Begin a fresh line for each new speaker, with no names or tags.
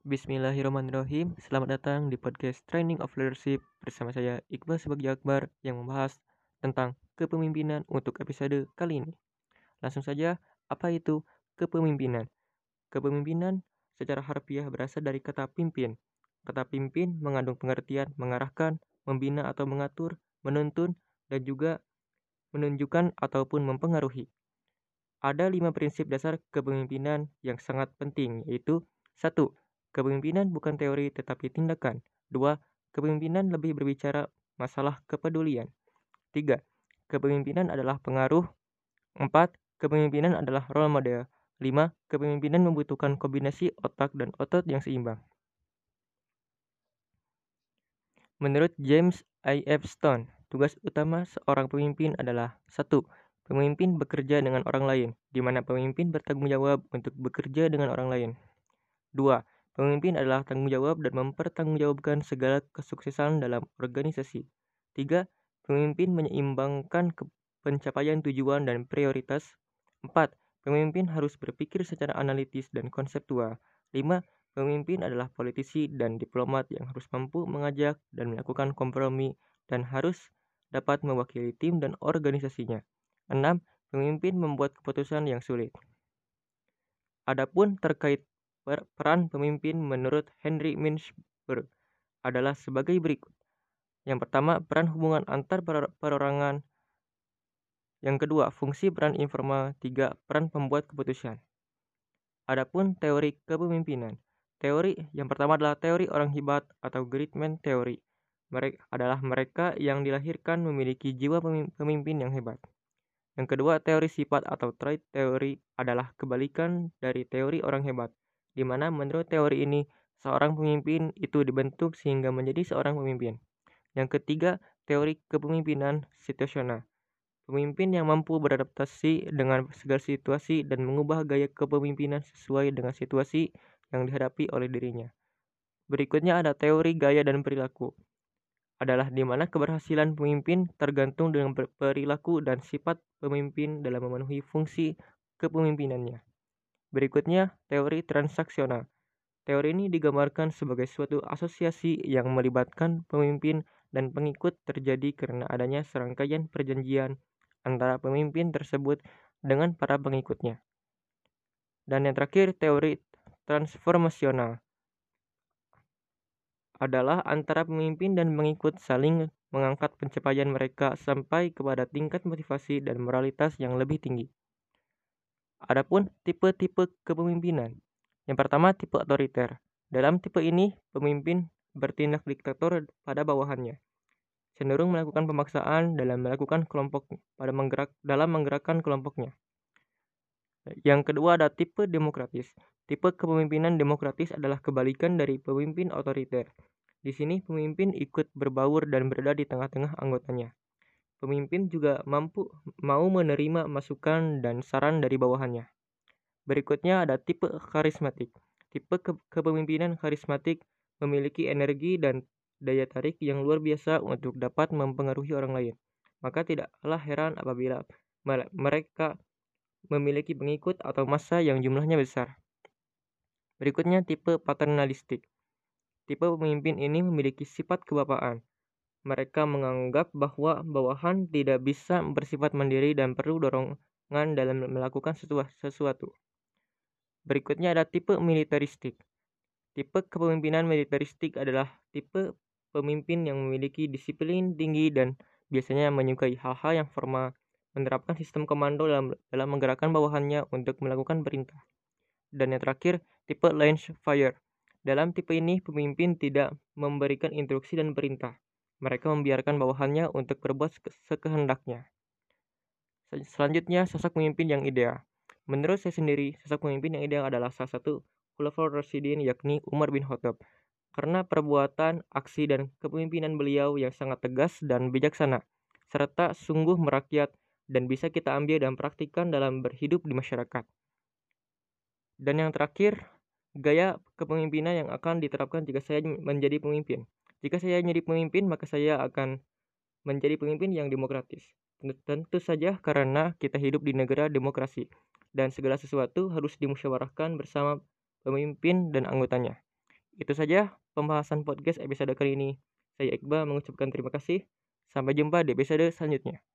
Bismillahirrahmanirrahim. Selamat datang di podcast Training of Leadership bersama saya Iqbal Subagio Akbar yang membahas tentang kepemimpinan untuk episode kali ini. Langsung saja, apa itu kepemimpinan? Kepemimpinan secara harfiah berasal dari kata pimpin. Kata pimpin mengandung pengertian mengarahkan, membina atau mengatur, menuntun, dan juga menunjukkan ataupun mempengaruhi. Ada 5 prinsip dasar kepemimpinan yang sangat penting, yaitu 1. Kepemimpinan bukan teori tetapi tindakan. 2. Kepemimpinan lebih berbicara masalah kepedulian. 3. Kepemimpinan adalah pengaruh. 4. Kepemimpinan adalah role model. 5. Kepemimpinan membutuhkan kombinasi otak dan otot yang seimbang. Menurut James I.F. Stone, tugas utama seorang pemimpin adalah 1. Pemimpin bekerja dengan orang lain, di mana pemimpin bertanggung jawab untuk bekerja dengan orang lain. 2. Pemimpin adalah tanggung jawab dan mempertanggungjawabkan segala kesuksesan dalam organisasi. 3. Pemimpin menyeimbangkan pencapaian tujuan dan prioritas. 4. Pemimpin harus berpikir secara analitis dan konseptual. 5. Pemimpin adalah politisi dan diplomat yang harus mampu mengajak dan melakukan kompromi dan harus dapat mewakili tim dan organisasinya. 6. Pemimpin membuat keputusan yang sulit. Adapun terkait peran pemimpin menurut Henry Mintzberg adalah sebagai berikut. Yang pertama, peran hubungan antar perorangan. Yang kedua, fungsi peran informal. 3. Peran pembuat keputusan. Adapun teori kepemimpinan. Teori yang pertama adalah teori orang hebat atau great man theory. Mereka adalah mereka yang dilahirkan memiliki jiwa pemimpin yang hebat. Yang kedua, teori sifat atau trait teori adalah kebalikan dari teori orang hebat, di mana menurut teori ini, seorang pemimpin itu dibentuk sehingga menjadi seorang pemimpin. Yang ketiga, teori kepemimpinan situasional. Pemimpin yang mampu beradaptasi dengan segala situasi dan mengubah gaya kepemimpinan sesuai dengan situasi yang dihadapi oleh dirinya. Berikutnya ada teori gaya dan perilaku. Adalah di mana keberhasilan pemimpin tergantung dengan perilaku dan sifat pemimpin dalam memenuhi fungsi kepemimpinannya. Berikutnya, teori transaksional. Teori ini digambarkan sebagai suatu asosiasi yang melibatkan pemimpin dan pengikut terjadi karena adanya serangkaian perjanjian antara pemimpin tersebut dengan para pengikutnya. Dan yang terakhir, teori transformasional adalah antara pemimpin dan pengikut saling mengangkat pencapaian mereka sampai kepada tingkat motivasi dan moralitas yang lebih tinggi. Adapun tipe-tipe kepemimpinan. Yang pertama, tipe otoriter. Dalam tipe ini, pemimpin bertindak diktator pada bawahannya, cenderung melakukan pemaksaan dalam menggerakkan kelompoknya. Yang kedua ada tipe demokratis. Tipe kepemimpinan demokratis adalah kebalikan dari pemimpin otoriter. Di sini pemimpin ikut berbaur dan berada di tengah-tengah anggotanya. Pemimpin juga mau menerima masukan dan saran dari bawahannya. Berikutnya ada tipe karismatik. Tipe kepemimpinan karismatik memiliki energi dan daya tarik yang luar biasa untuk dapat mempengaruhi orang lain. Maka tidaklah heran apabila mereka memiliki pengikut atau massa yang jumlahnya besar. Berikutnya tipe paternalistik. Tipe pemimpin ini memiliki sifat kebapaan. Mereka menganggap bahwa bawahan tidak bisa bersifat mandiri dan perlu dorongan dalam melakukan sesuatu. Berikutnya ada tipe militeristik. Tipe kepemimpinan militeristik adalah tipe pemimpin yang memiliki disiplin tinggi dan biasanya menyukai hal-hal yang formal, menerapkan sistem komando dalam menggerakkan bawahannya untuk melakukan perintah. Dan yang terakhir, tipe laissez faire. Dalam tipe ini, pemimpin tidak memberikan instruksi dan perintah. Mereka membiarkan bawahannya untuk berbuat sekehendaknya. Selanjutnya, sosok pemimpin yang ideal. Menurut saya sendiri, sosok pemimpin yang ideal adalah salah satu Khulafaur Rasyidin, yakni Umar bin Khattab. Karena perbuatan, aksi, dan kepemimpinan beliau yang sangat tegas dan bijaksana, serta sungguh merakyat dan bisa kita ambil dan praktikkan dalam berhidup di masyarakat. Dan yang terakhir, gaya kepemimpinan yang akan diterapkan jika saya menjadi pemimpin. Jika saya menjadi pemimpin, maka saya akan menjadi pemimpin yang demokratis. Tentu saja karena kita hidup di negara demokrasi dan segala sesuatu harus dimusyawarahkan bersama pemimpin dan anggotanya. Itu saja pembahasan podcast episode kali ini. Saya Iqbal mengucapkan terima kasih. Sampai jumpa di episode selanjutnya.